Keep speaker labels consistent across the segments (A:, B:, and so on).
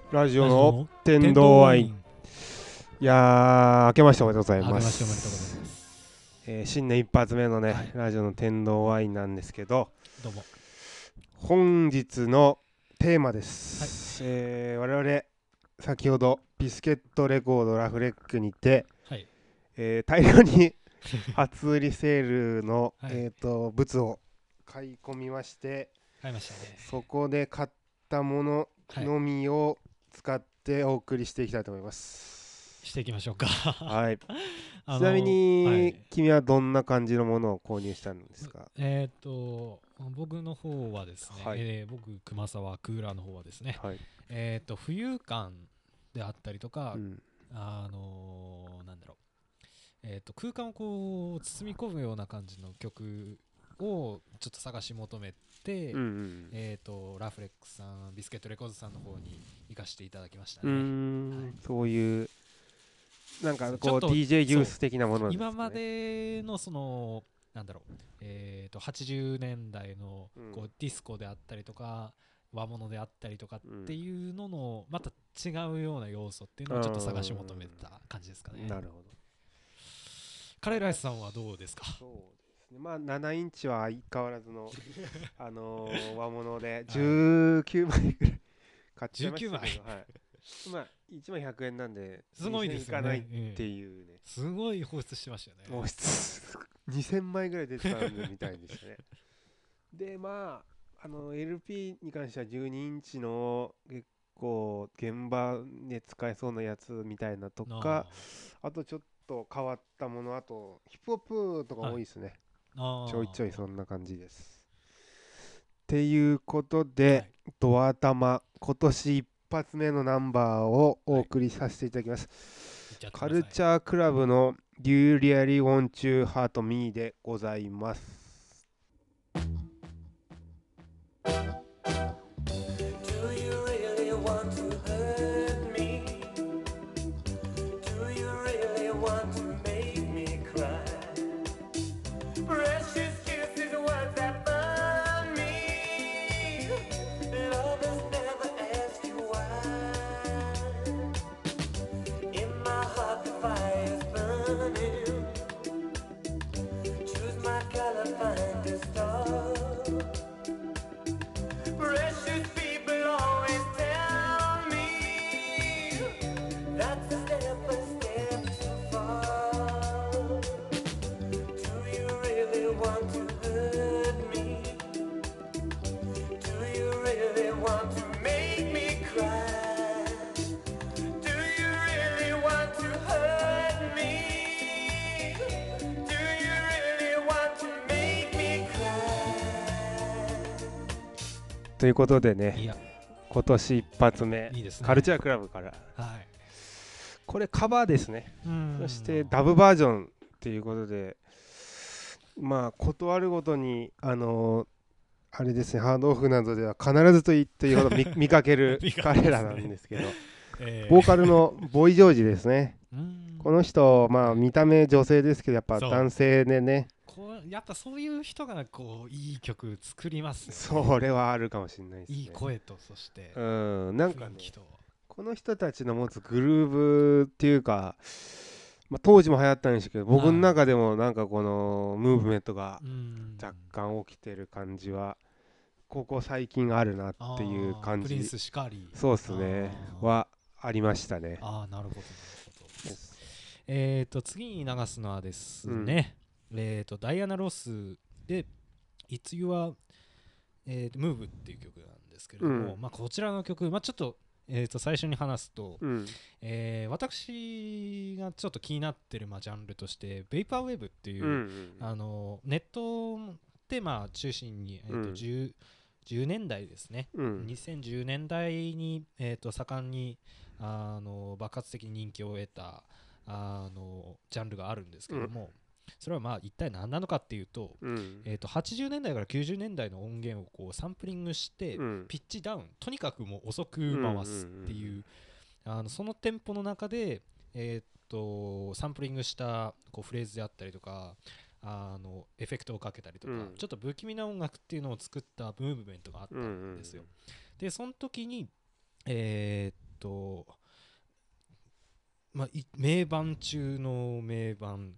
A: ラジオの天童ワイン。いやー、明けましておめでとうございます。
B: 明けましておめでとうございます。
A: 新年一発目のね、
B: はい、
A: ラジオの天童ワインなんですけど、
B: どうも。
A: 本日のテーマです。我々先ほどビスケットレコードラフレックにて、
B: はい、
A: 大量に初売りセールの、
B: はい、
A: 物を買い込みまして、
B: 買いましたね。
A: そこで買ったもの
B: はい、
A: のみを使ってお送りしていきたいと思います。
B: していきましょうか。
A: はい。ちなみ
B: は
A: に
B: い。
A: 君はどんな感じのものを購入したんですか？
B: 僕の方はですね、
A: はい、
B: 僕、熊沢クーラーの方はですね、
A: はい、
B: 浮遊感であったりとか、
A: うん、
B: なんだろう、空間をこう包み込むような感じの曲をちょっと探し求めて、
A: うん、
B: ラフレックさん、ビスケットレコードさんの方に行かせていただきました
A: う
B: ね。はい。
A: ん、そういうなんかこう
B: ちょっと
A: DJ ユー
B: そう
A: ス的なものです
B: 今ま
A: かね。
B: でのそのなんだろう、80年代の
A: うん、
B: こうディスコであったりとか和物であったりとかっ
A: うん、
B: ていうののまた違うような要素っていう
A: う
B: のをちょっと探し求め
A: ん、
B: た感じですかね。
A: なるほど。
B: カレーライスさんはどうですか？
A: そうですね。まあ7インチは相変わらずの和物で
B: はい。
A: 19枚ぐらい買っちゃいまし
B: 19枚
A: たけど、はい。まあ1万100円なんで
B: すごい
A: 2000
B: ですよ
A: いかないっ
B: ね、
A: ていうね。
B: すごい放出してましたよ
A: もう
B: ね。
A: 2000枚ぐらい出てたみたいでしたね。で、まあ、LP に関しては12インチの結構現場で使えそうなやつみたいなとか、
B: あ
A: あとちょっと変わったもの、あとヒップホップとか
B: あ、はい。
A: 多いですね。ちょいちょい
B: あ
A: そんな感じです。っていうこと
B: あ、は
A: で、
B: い。
A: ドア玉、今年一発目のナンバーをお
B: はい。
A: 送りさせていただきます。
B: いっちゃってく
A: カ
B: ださい。
A: ルチャークラブの Do You Really Want to Hurt Me でございます。
C: Do you really want to hurt me? Do you really want to make me cry? Precious kisses, words that burn me. Lovers never ask you why. In my heart the fire's burning. Choose my color, find a star. Precious people always tell me that's a step too far. Do you really want to hurt me? Do you really want to make me cry? Do you really want to hurt me? Do you really want to make me cry?
A: ということでね、
B: いや、
A: 今年一発目、
B: いいですね。
A: カルチャークラブから、
B: はい。
A: これカバーですね。
B: うーん。
A: そしてダブバージョンっていうことで、まあ、ことあるごとに、あれですね、ハードオフなどでは必ずと言っていいほど見かける
B: 見かけ
A: 彼ら
B: ますね。
A: なんですけど、
B: え
A: ボーカルのボーイ・ジョージですね。
B: うーん。
A: この人、まあ、
B: はい。
A: 見た目女性ですけど、やっぱ
B: そう。
A: 男性でね、
B: やっぱそういう人がこういい曲作りますよね。
A: それはあるかもしれないです
B: いい
A: ね。
B: 声とそして
A: なんかね、
B: 雰囲気と。
A: この人たちの持つグルーブっていうか、まあ、当時も流行ったんですけど、僕の
B: は
A: 中でもなんかこのムーブメントが
B: い。うーん。
A: 若干起きてる感じは、ここ最近あるなっていう
B: ああ、
A: 感じ、
B: プリンスしかり。
A: そうっすね、
B: あ
A: はありましたね。
B: あ、ああ、なるほど、なるほど。
A: です。
B: 次に流すのはです
A: うん。
B: ね、ダイアナ・ロスで It's Your、Move っていう曲なんですけれども、
A: うん。
B: まあ、こちらの曲、まあ、ちょっと、最初に話すと、
A: うん。
B: 私がちょっと気になってる、まあ、ジャンルとしてベイパーウェーブって
A: うん。う
B: いう
A: ん。
B: ネットで、まあ、中心に、
A: うん。
B: 10年代ですね、
A: うん。
B: 2010年代に、盛んに爆発的に人気を得たジャンルがあるんですけ
A: うん。
B: ども、それはまあ一体何なのかっていうと、
A: うん。
B: 80年代から90年代の音源をこうサンプリングして
A: うん。
B: ピッチダウン、とにかくもう遅く
A: うん。
B: 回すっていう、そのテンポの中で、サンプリングしたこうフレーズであったりとかエフェクトをかけたりとか、ちょっと不気味な音楽っていうのを作ったムーブメントがあったんですよ。でその時に名盤中の名盤、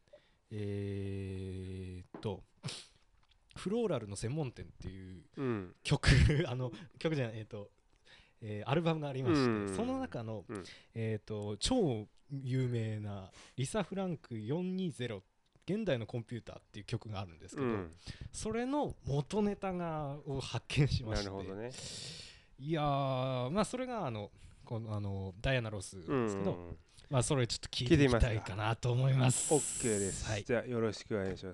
B: フローラルの専門店っていう曲曲じゃない、アルバムがありまして、その中の、超有名なリサ・フランク420現代のコンピューターっていう曲があるんですけど、それの元ネタを発見しまして、
A: なるほどね。
B: いやー、それがこのダイアナ・ロスですけど、それちょっと聞いてみたいかなと思います。
A: OK です、はい、じゃあよろしくお願いします。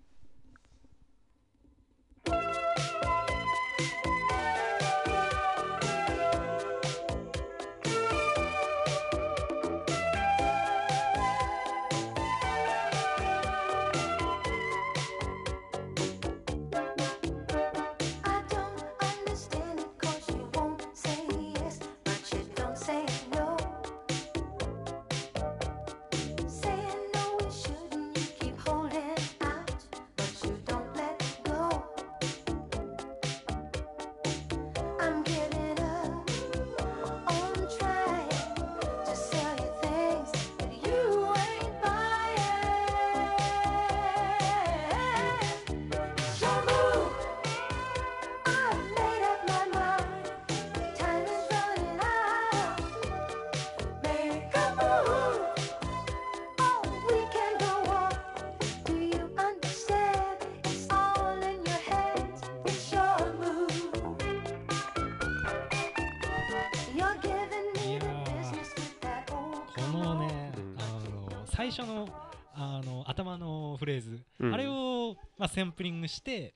B: 最初の頭のフレーズ、あれをサンプリングして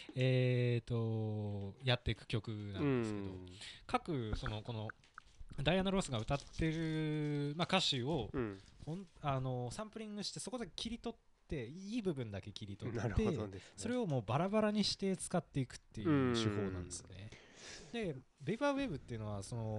B: やっていく曲なんですけど、各このダイアナ・ロスが歌ってる歌詞をサンプリングして、そこで切り取っていい部分だけ切り取って、それをもうバラバラにして使っていくっていう手法なんですね。でベイパーウェーブっていうのは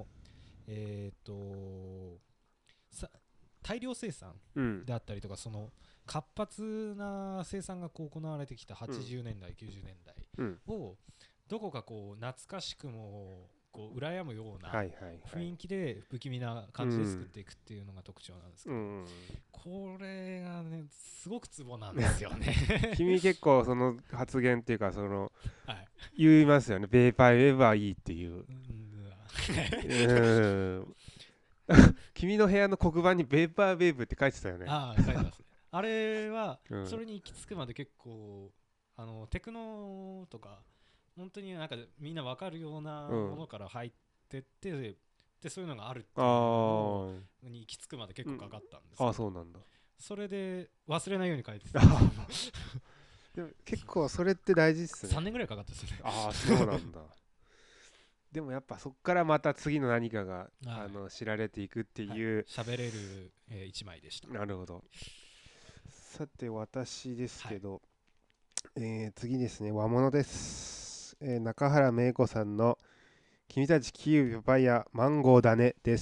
B: 大量生産であったりとか、その活発な生産が行われてきた80年代、90年代をどこか懐かしくも羨むような雰囲気で不気味な感じで作っていくっていうのが特徴なんですけど、これがねすごくツボなんですよね。
A: 君結構その発言っていうか言いますよね。ベイパーウェーブはいいっていう。君の部屋の黒板にベーパーウェーブって書いてたよね。
B: 書いてますね。あれは、それに行き着くまで結構テクノとか本当になんかみんな分かるようなものから入ってって、でそういうのがあるっていうのに行き着くまで結構かかったんですけど、
A: そうなんだ。
B: それで忘れないように書いてた。
A: でも結構それって大事っすね。
B: 3年ぐらいかかったですね。
A: そうなんだ。でもやっぱそこからまた次の何かが、知られていくっていう
B: 喋れる、一枚でした。
A: なるほど。さて私ですけど、次ですね、和物です。中原芽衣子さんの君たちキウイパパイヤマンゴーだねです。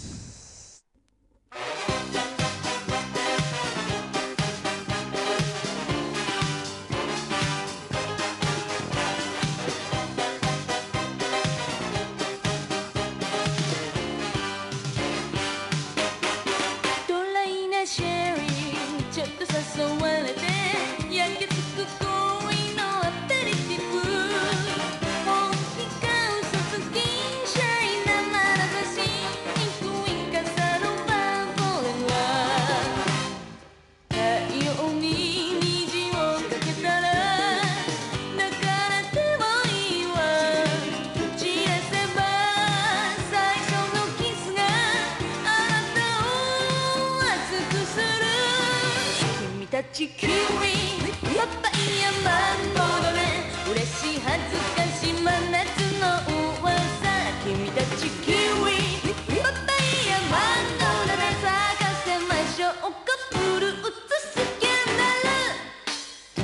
C: キウイパパイヤマンゴーだね、嬉しい恥ずかしい真夏の噂、君たちキウイパパイヤマンゴーだね、咲かせましょうかフルーツスキャ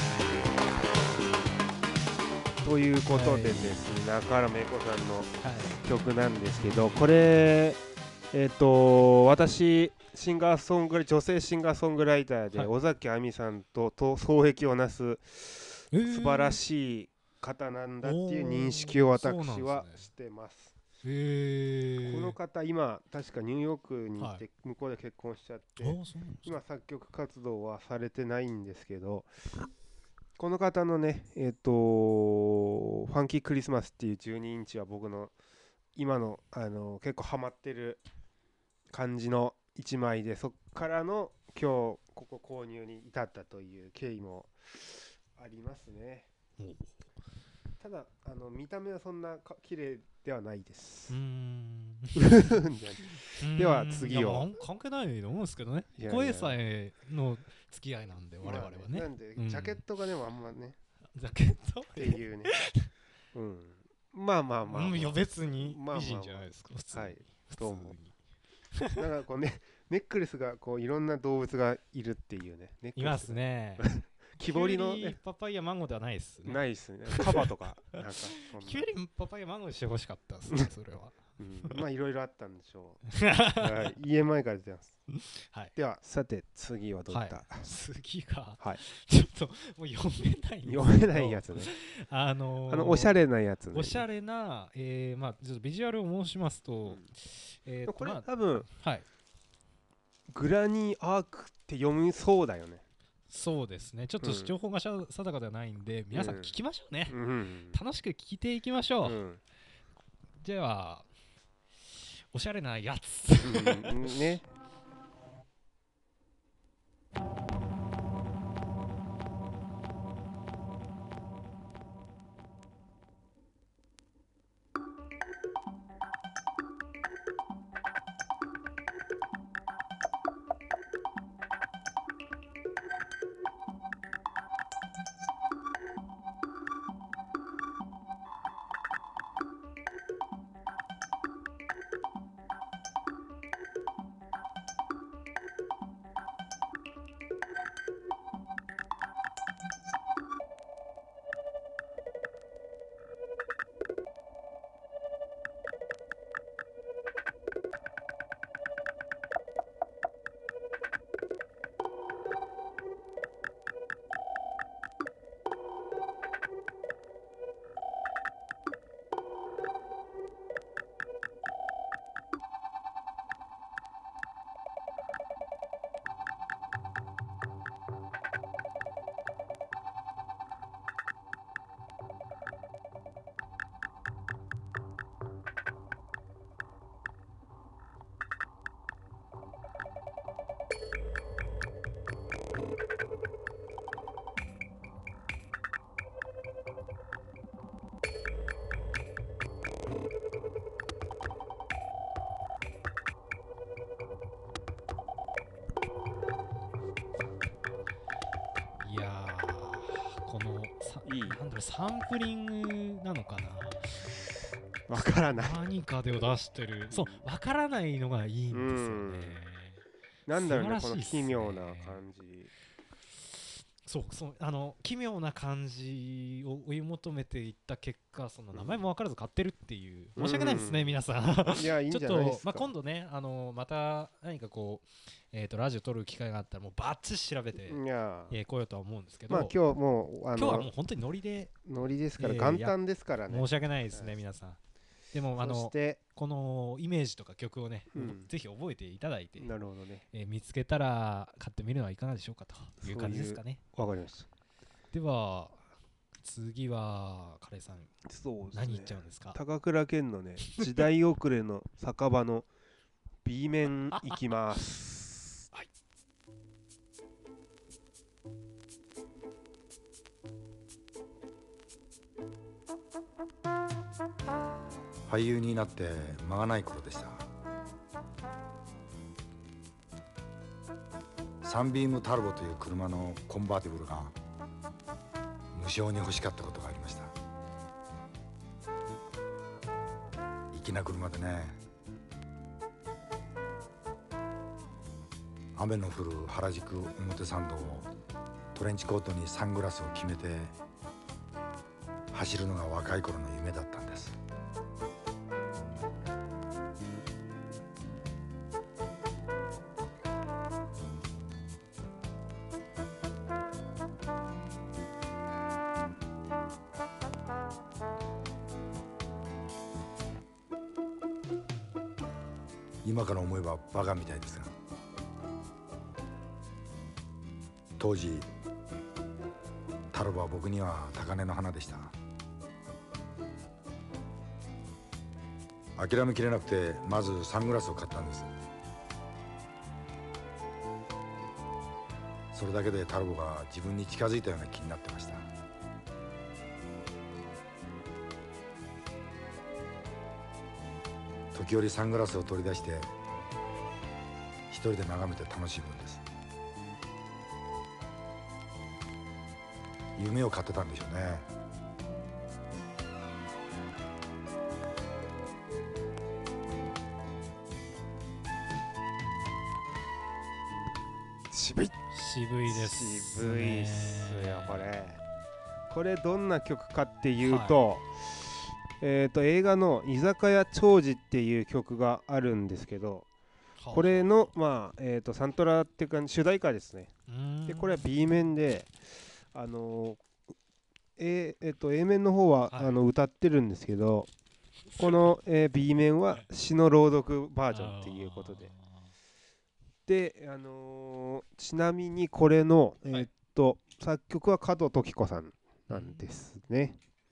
C: ンダル。
A: ということでですね、中原芽衣子さんの曲なんですけど、これ私女性シンガーソングライターで、尾崎亜美さんと双璧をなす素晴らしい方なんだっていう認識を私はしてます。 この方今確かニューヨークに行って向こうで結婚しちゃって、今作曲活動はされてないんですけど、この方のねファンキークリスマスっていう12インチは僕の今の結構ハマってる感じの1枚で、そっからの今日ここ購入に至ったという経緯もありますね。ただ見た目はそんな綺麗ではないです。では次を。
B: 関係ないと思うんですけどね。声さえの付き合いなんで我々はね。
A: なんでジャケットがでもあんまね。
B: ジャケット
A: っていうね。まあ。
B: いや別に美人じゃないですか。普通に。はい。
A: どうも。なんかこうね、ネックレスがこういろんな動物がいるっていうね。
B: いますね。
A: 木彫りの
B: パパイヤマンゴーではないですね。
A: ないですね。カバとかなんか
B: キュウリパパイヤマンゴーにしてほしかったですね。それは。
A: まあいろいろあったんでしょう。はい。EMI から出てます。はい。ではさて次はどういった？
B: 次が
A: はい。
B: ちょっともう読めない。
A: 読めないやつね。おしゃれなやつね。
B: おしゃれなまあちょっとビジュアルを申しますと、
A: これ多分
B: はい
A: グラニーアークって読みそうだよね。
B: そうですね。ちょっと情報が定かではないんで、皆さん聞きましょうね。楽しく聞いていきましょう。では、おしゃれなやつ。
A: ね。
B: なんだろう、サンプリングなのかな、
A: わからない。
B: 何かでを出してる、そう、わからないのがいいんですよね。
A: なんだろうね、この奇妙な感じ。
B: そう奇妙な感じを追い求めていった結果、その名前も分からず買ってるっていう、申し訳ないですね、皆さん。
A: いや、いいんじゃないですか。
B: 今度ね、また何かこう、ラジオ撮る機会があったら、もうバッチリ調べてこようとは思うんですけど、
A: 今日はも
B: う本当にノリ
A: ですから、元旦ですからね。
B: 申し訳ないですね、皆さん。でもこのイメージとか曲をね、ぜひ覚えていただいて、
A: なるほどね、
B: 見つけたら買ってみるのはいかがでしょうかという感じですかね。
A: わかりました。
B: では次はカレーさん、何言っちゃうんですか。
A: 高倉健のね、時代遅れの酒場の B 面いきます。
B: はい。
D: 俳優になって間がない頃でした。サンビームタルボという車のコンバーティブルが無償に欲しかったことがありました。粋な車でね、雨の降る原宿表参道をトレンチコートにサングラスを決めて走るのが若い頃の夢だったんです。 今から思えばバカみたいですが、当時タロバは僕には高嶺の花でした。諦めきれなくてまずサングラスを買ったんです。それだけでタロボが自分に近づいたような気になってました。時折サングラスを取り出して一人で眺めて楽しむんです。夢を買ってたんでしょうね。
A: 渋い
B: 渋いですね。
A: 渋いっすよこれどんな曲かっていうと、映画の居酒屋長寿っていう曲があるんですけど、これのサントラっていうか主題歌ですね。でこれは B 面でA 面の方は、歌ってるんですけど、この、B 面は詩の朗読バージョンっていうことで、で、ちなみにこれの、作曲は門時子さんなんですね。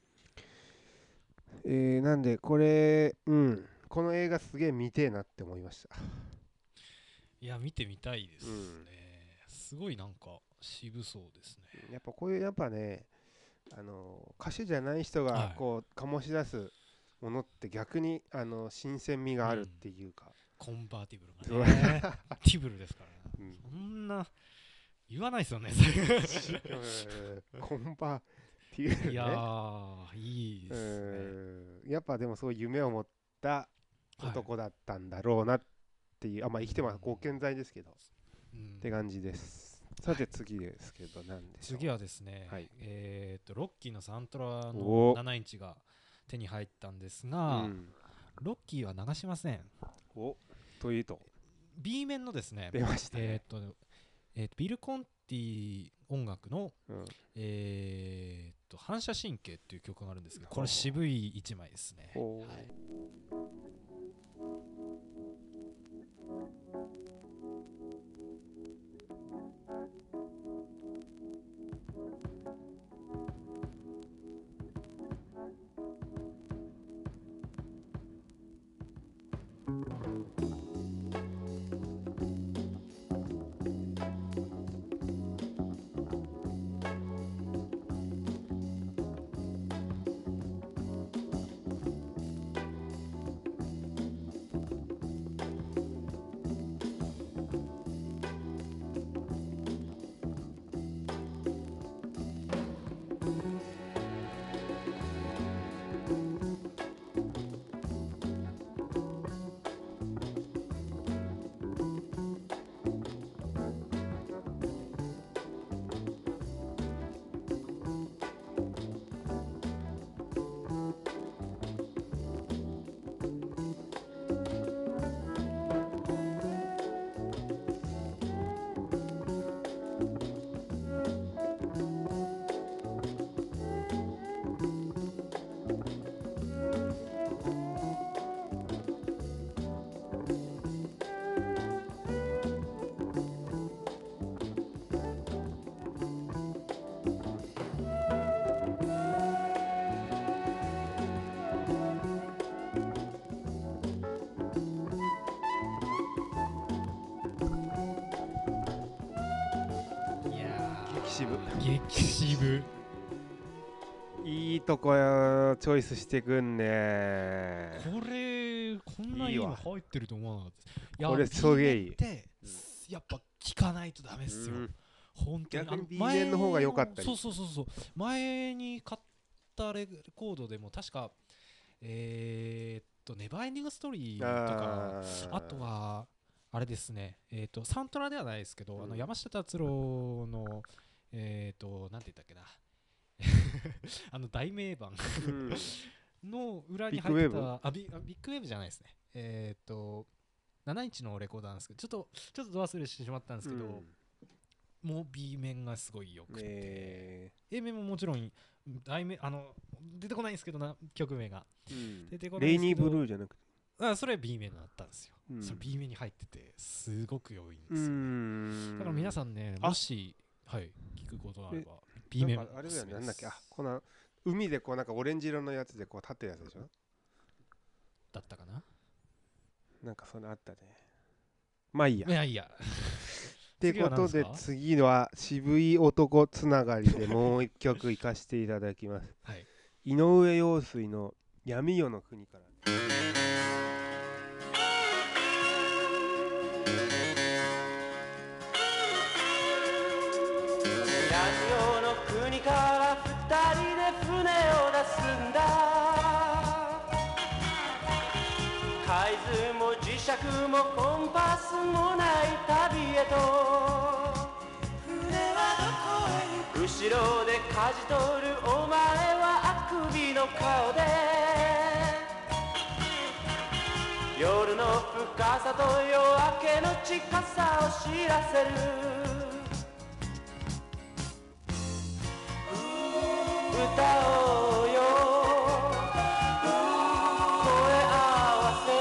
A: なんでこれ、この映画すげえ見てえなって思いました。
B: いや見てみたいですね、すごいなんか渋そうですね。
A: やっぱこういうやっぱね、歌手じゃない人がこう醸し出すものって逆に新鮮味があるっていうか、
B: コンバーティブルがねティブルですからね、そんな言わないですよね
A: コンバーティブルね。
B: いやーいいですね。
A: やっぱでもそういう夢を持った男だったんだろうなっていう、生きてますご健在ですけど、って感じです。さて次ですけど、何でしょう。
B: 次はですね、ロッキーのサントラの7インチが手に入ったんですが、ロッキーは流しません。
A: というと
B: B 面のですね、
A: 出ましたね。
B: ビル・コンティ音楽の、反射神経っていう曲があるんですが、これ渋い一枚ですね。激渋
A: いいとこチョイスしてくんね。
B: これこんないいの入ってると思わなかったです。いや
A: これすげえいい。
B: やっぱ聞かないとダメですよ、本当に。
A: 逆に B 面の方が良かったり。
B: そう前に買ったレコードでも確かネバーエンディングストーリーとか、あとはあれですね、サントラではないですけど、山下達郎のなんて言ったっけな題名盤の裏に入ってたビッグウェーブじゃないですね。7インチのレコーダーなんですけど、ちょっとど忘れしてしまったんですけど、もう B 面がすごいよくて、A 面ももちろん題名出てこないんですけど曲名が、出てこないんですけど、
A: レイニーブルーじゃなくて
B: それ B 面だったんですよ、それ B 面に入っててすごく良いんですよ、だから皆さんねもしはい聞くことがあれば B 面
A: あれだよね、なんだっけ、この海でこうなんかオレンジ色のやつでこう立ってるやつでしょ
B: だったかな、
A: なんかそれあったね。まあいいや。
B: いや
A: ってことで次は渋い男つながりでもう一曲いかしていただきます、
B: はい、
A: 井上陽水の闇夜の国から。
E: 闇夜の国から二人で船を出すんだ、海図も磁石もコンパスもない旅へと、船はどこへ、後ろで舵取るお前はあくびの顔で、夜の深さと夜明けの近さを知らせる、歌おうよ声合わせ、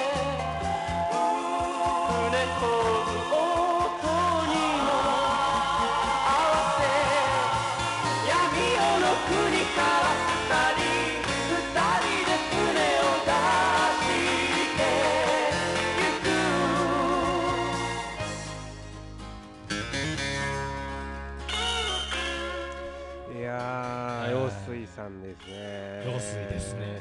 E: 船こぐ音にも合わせ、闇夜の国から二人で船を出してゆ
A: く。いやー、陽水さんですね。
B: 陽水ですね。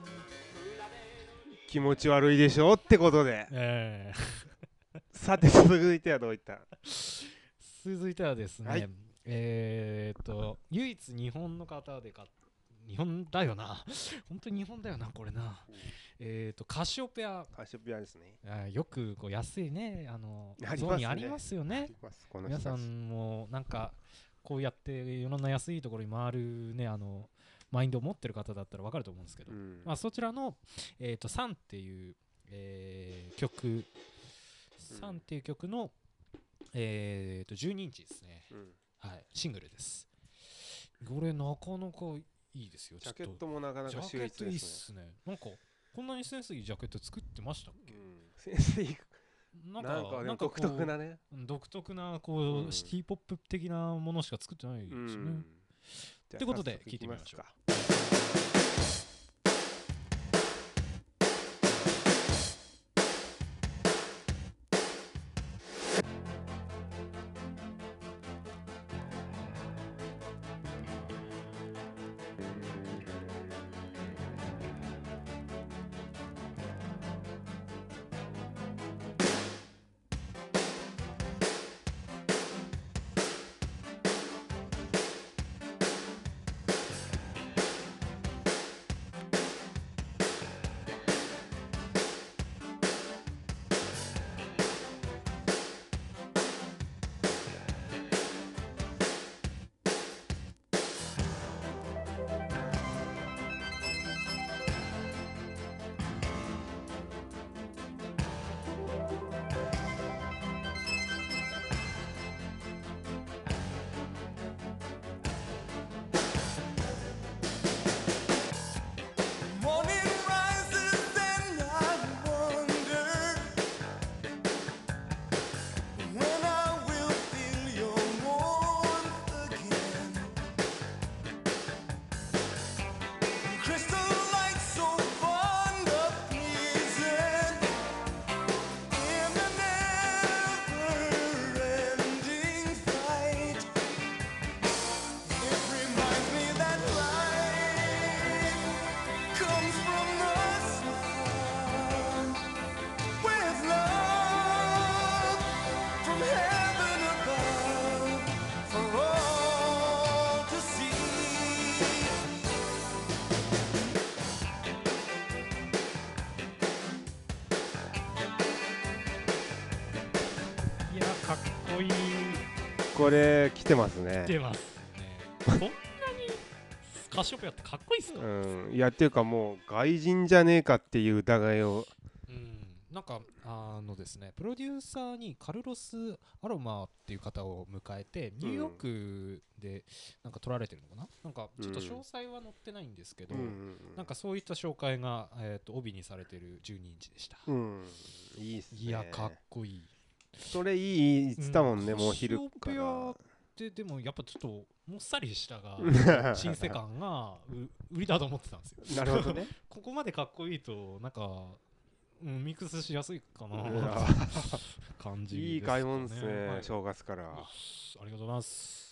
A: 気持ち悪いでしょってことで、さて続いてはどういった？
B: 続いてはですね、
A: はい、
B: 唯一日本の方で日本だよな本当に日本だよなこれな、カシオペア
A: ですね。
B: よくこう安いねゾーンにありますよね。皆さんもなんかこうやっていろんな安いところに回るねマインドを持ってる方だったら分かると思うんですけど、まあ、そちらのサンっていう曲サンっていう曲の12インチですね、はい、シングルです。これなかなかいいですよ。
A: ジャケットもなかなか秀逸ですね。
B: なんかこんなにセンスいいジャケット作ってましたっけ？
A: センスいい。なんか独特なね。
B: 独特なこうシティポップ的なものしか作ってないですよね。ってことで聞いてみましょう。
A: これ来てますね。
B: 来てますね。こんなにカシオペアってかっこいいっすか？
A: いやっていうかもう外人じゃねえかっていう疑いを
B: なんかですね、プロデューサーにカルロス・アロマっていう方を迎えてニューヨークでなんか撮られてるのかな、なんかちょっと詳細は載ってないんですけど、なんかそういった紹介が、帯にされてる12インチでした。
A: いいっすね。
B: いやかっこいい。
A: それいい言ってたもんね、もう昼から。
B: でもやっぱちょっともっさりしたがシンセ感が売りだと思ってたんですよ。
A: なるほどね。
B: ここまでかっこいいとなんかミックスしやすいかな感じですかね。
A: いい買い物ですね、はい、正月から。
B: ありがとうございます。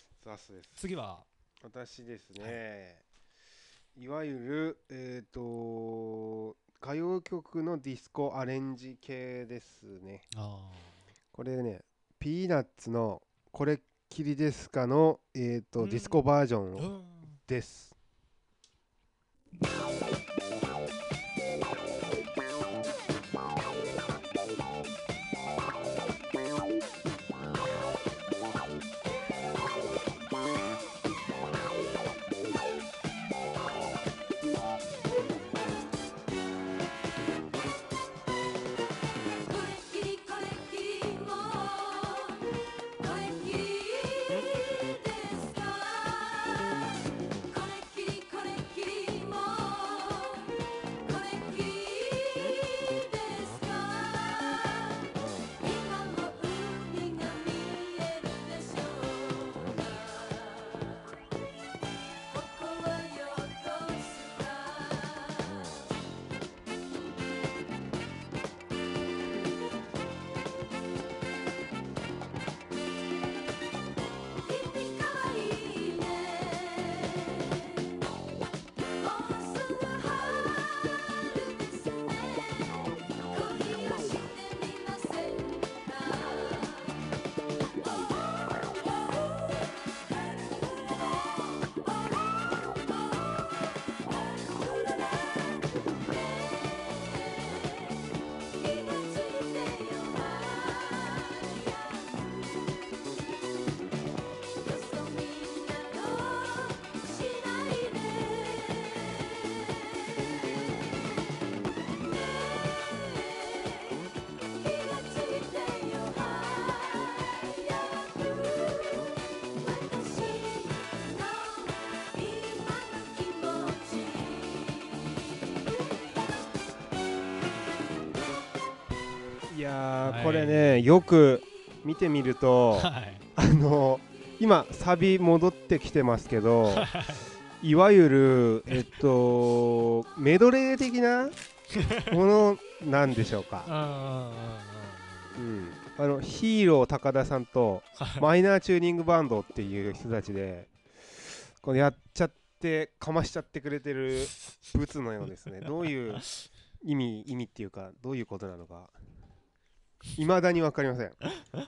B: 次は
A: 私ですね、いわゆる歌謡曲のディスコアレンジ系ですね。これね、ピーナッツのこれっきりですかのディスコバージョンです。いやー、これね、よく見てみると、今サビ戻ってきてますけどいわゆるメドレー的なものなんでしょうか。ヒーロー高田さんとマイナーチューニングバンドっていう人たちでこれやっちゃってかましちゃってくれてるブツのようですね。どういう意味っていうか、どういうことなのか未だに分かりません。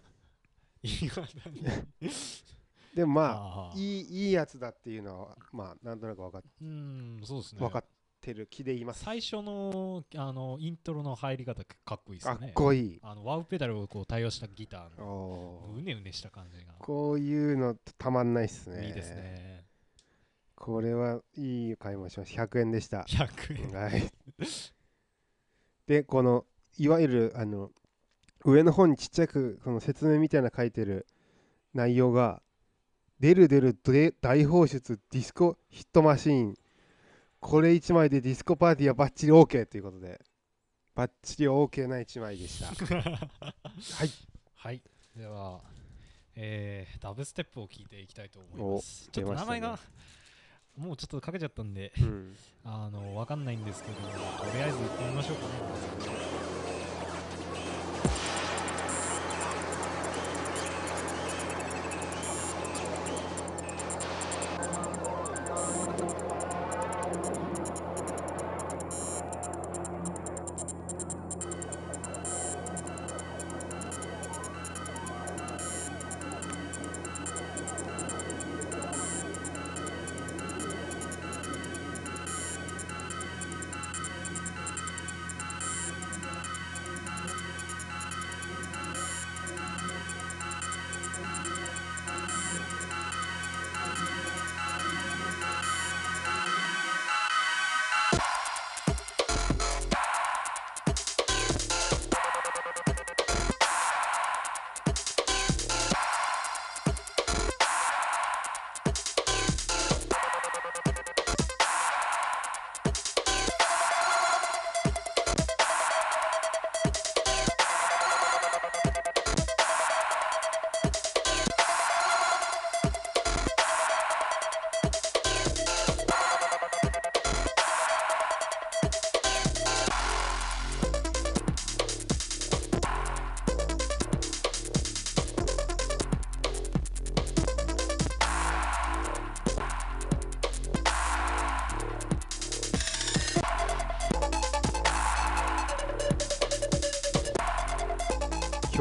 A: でもまあいいやつだっていうのはまあなんとなく分かってる気で言います。
B: 最初のイントロの入り方かっこいいですね。
A: かっこいい。
B: ワウペダルをこう対応したギターのうねうねした感じが。
A: こういうのたまんないっすね。
B: いいですね。
A: これはいい買い物しました。100円でした。
B: 100円。
A: はい。でこのいわゆる上の方にちっちゃくこの説明みたいな書いてる内容が出る大放出ディスコヒットマシーン、これ1枚でディスコパーティーはバッチリ OK ということでバッチリ OK な1枚でしたはい
B: はい。では、ダブステップを聞いていきたいと思います。ちょっと名前がもうちょっとかけちゃったんで、わかんないんですけど、とりあえず行ってみましょうかね。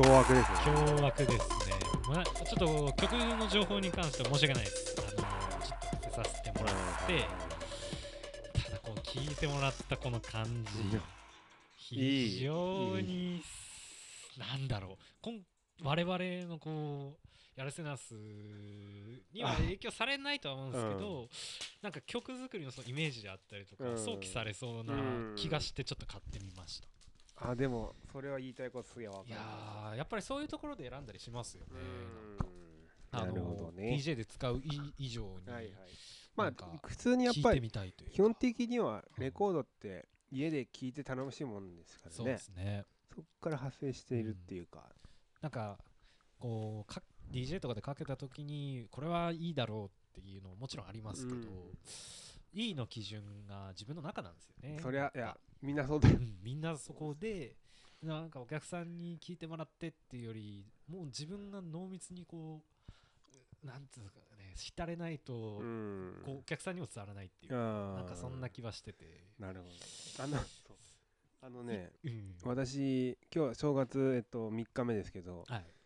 A: 凶悪ですね。
B: 凶悪ですね。まあ、ちょっと曲の情報に関しては申し訳ないです。ちょっと伏せさせてもらって、ただこう聞いてもらったこの感じ、非常になんだろう、我々のこうヤルセナスには影響されないとは思うんですけど、なんか曲作りのそのイメージであったりとか、想起されそうな気がしてちょっと買ってみました。
A: でもそれは言いたいことすげえわかる。
B: いやー、やっぱりそういうところで選んだりしますよね。
A: なるほどね。
B: DJ で使う以上に、
A: まあ普通にやっぱり基本的にはレコードって家で聴いて楽しいもんですからね。
B: そうですね。
A: そこから派生しているっていうか、
B: なんかこうDJ とかでかけた時にこれはいいだろうっていうのももちろんありますけど、いいの基準が自分の中なんですよね。
A: そりゃいやみんなそうだよ、
B: みんなそこでなんかお客さんに聞いてもらってっていうより、もう自分が濃密にこうなんつうかね、浸れないと、こうお客さんにも伝わらないっていう、なんかそんな気はしてて。なるほ
A: ど。ね、私今日は正月3日目ですけど、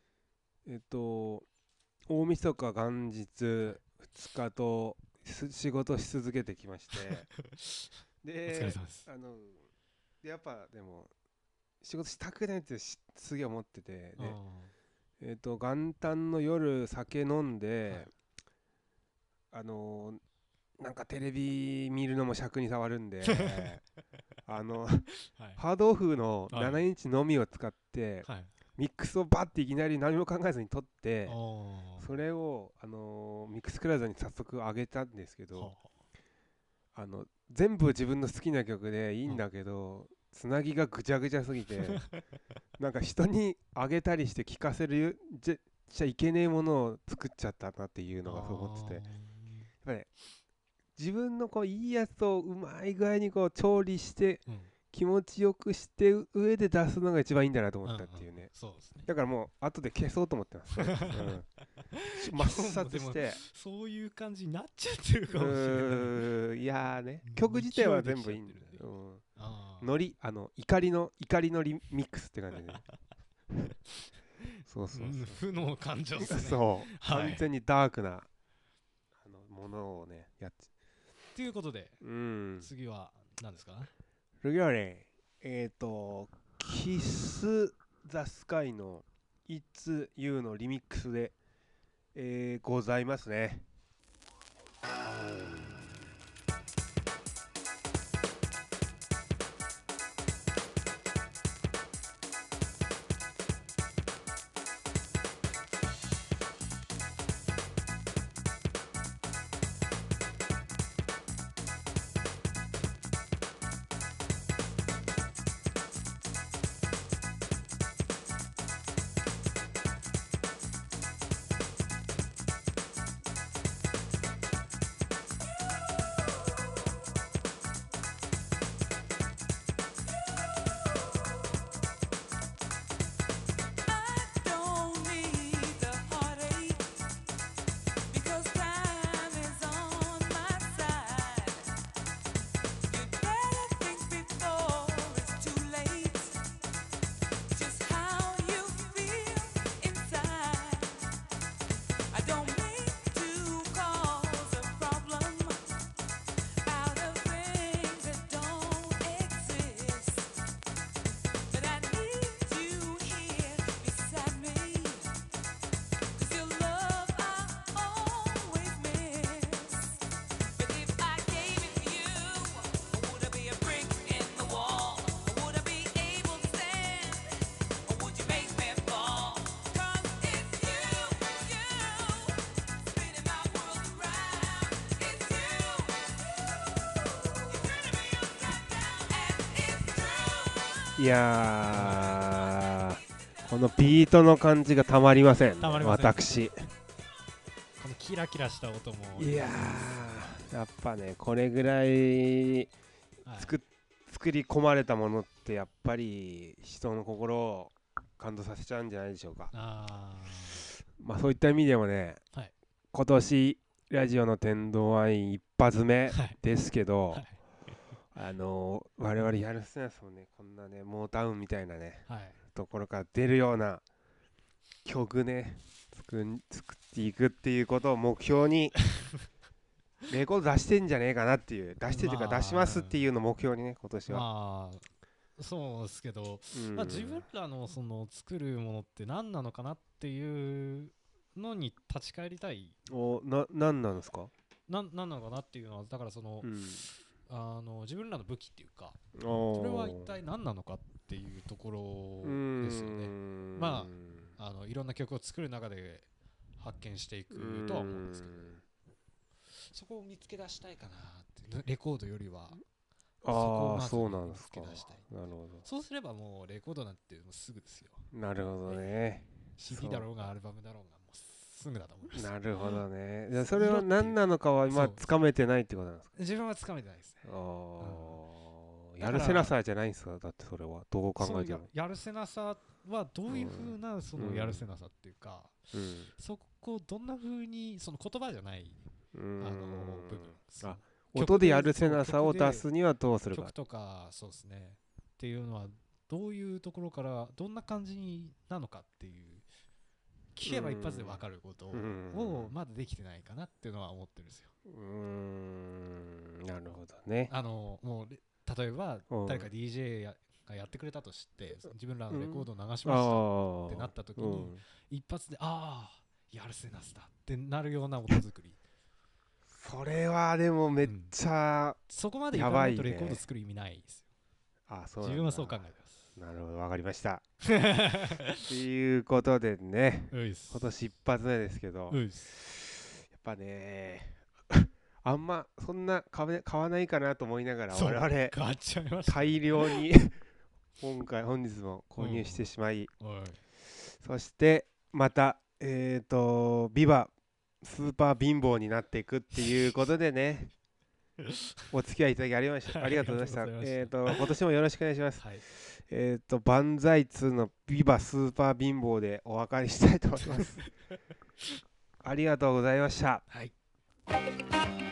A: 大晦日元日2日と仕事し続けてきましてでやっぱでも仕事したくないってすげえ思ってて、で元旦の夜酒飲んで、なんかテレビ見るのも尺に触るんでハードオフの7インチのみを使って、ミックスをバッていきなり何も考えずに撮って、それをミックスクラウドに早速上げたんですけど、全部自分の好きな曲でいいんだけど、つなぎがぐちゃぐちゃすぎてなんか人にあげたりして聴かせるじゃいけねえものを作っちゃったなっていうのがそう思ってて、やっぱり、自分のこういいやつをうまい具合にこう調理して、気持ちよくして上で出すのが一番いいんだなと思ったっていうね。だからもう後で消そうと思ってますね。抹殺して
B: そういう感じになっちゃってるかもしれない。
A: いやーね、曲自体は全部いいんだよ。ノリ怒りのミックスって感じでそう
B: 負の感情ですね。
A: そう完全にダークなものをねやっち
B: ということで、次は何ですか？
A: 次はね、キス・ザ・スカイの It's You のリミックスで、ございますね。いやー、このビートの感じがたまりません、私。
B: このキラキラした音も。
A: いやー、やっぱね、これぐらい作り込まれたものってやっぱり人の心を感動させちゃうんじゃないでしょうか。まあそういった意味でもね、今年ラジオの天童ワイン一発目ですけど、我々ヤルセナスもね、こんなねモータウンみたいなね、ところから出るような曲ね作っていくっていうことを目標にレコード出してんじゃねえかなっていう、出してというか出しますっていうのを目標にね今年は。
B: まあそうですけど、まあ、自分らのその作るものって何なのかなっていうのに立ち返りたい。
A: 何なんですか。
B: 何なのかなっていうのはだからその、自分らの武器っていうか
A: そ
B: れは一体何なのかっていうところですよね。まあいろんな曲を作る中で発見していくとは思うんですけど、そこを見つけ出したいかなってレコードよりは。
A: そうなんですか。なるほど。
B: そうすればもうレコードなんてもうすぐですよ。
A: なるほどね。
B: CD だろうがアルバムだろうがもうすぐだと思います。
A: なるほどね。じゃあそれは何なのかは今つかめてないってことなんですか。
B: 自分はつかめてないですね。
A: やるせなさじゃないんですか。だってそれはどう考えても。
B: やるせなさはどういう風なそのやるせなさっていうか、そこどんな風にその言葉じゃない部分。
A: 音でやるせなさを出すにはどうするか。
B: 曲とかそうですねっていうのはどういうところからどんな感じなのかっていう聞けば一発で分かることをまだできてないかなっていうのは思ってるんですよ。
A: なるほどね。
B: もう例えば誰か DJ がやってくれたとして自分らのレコードを流しましたってなった時に一発でやるせなさだってなるような音作り。
A: それはでもめっちゃ
B: そこまでいかないとレコード作る意味ないですよ。自分はそう考えてます。
A: なるほど、わかりましたということでね、今年一発目ですけど、やっぱねあんまそんな買わないかなと思いながら我々大量に本日も購入してしまい、そしてまたビバスーパー貧乏になっていくっていうことでねお付き合いいただきありがとうございました。今年もよろしくお願いします。万歳2のビバスーパー貧乏でお別れしたいと思いますありがとうございました。
B: はい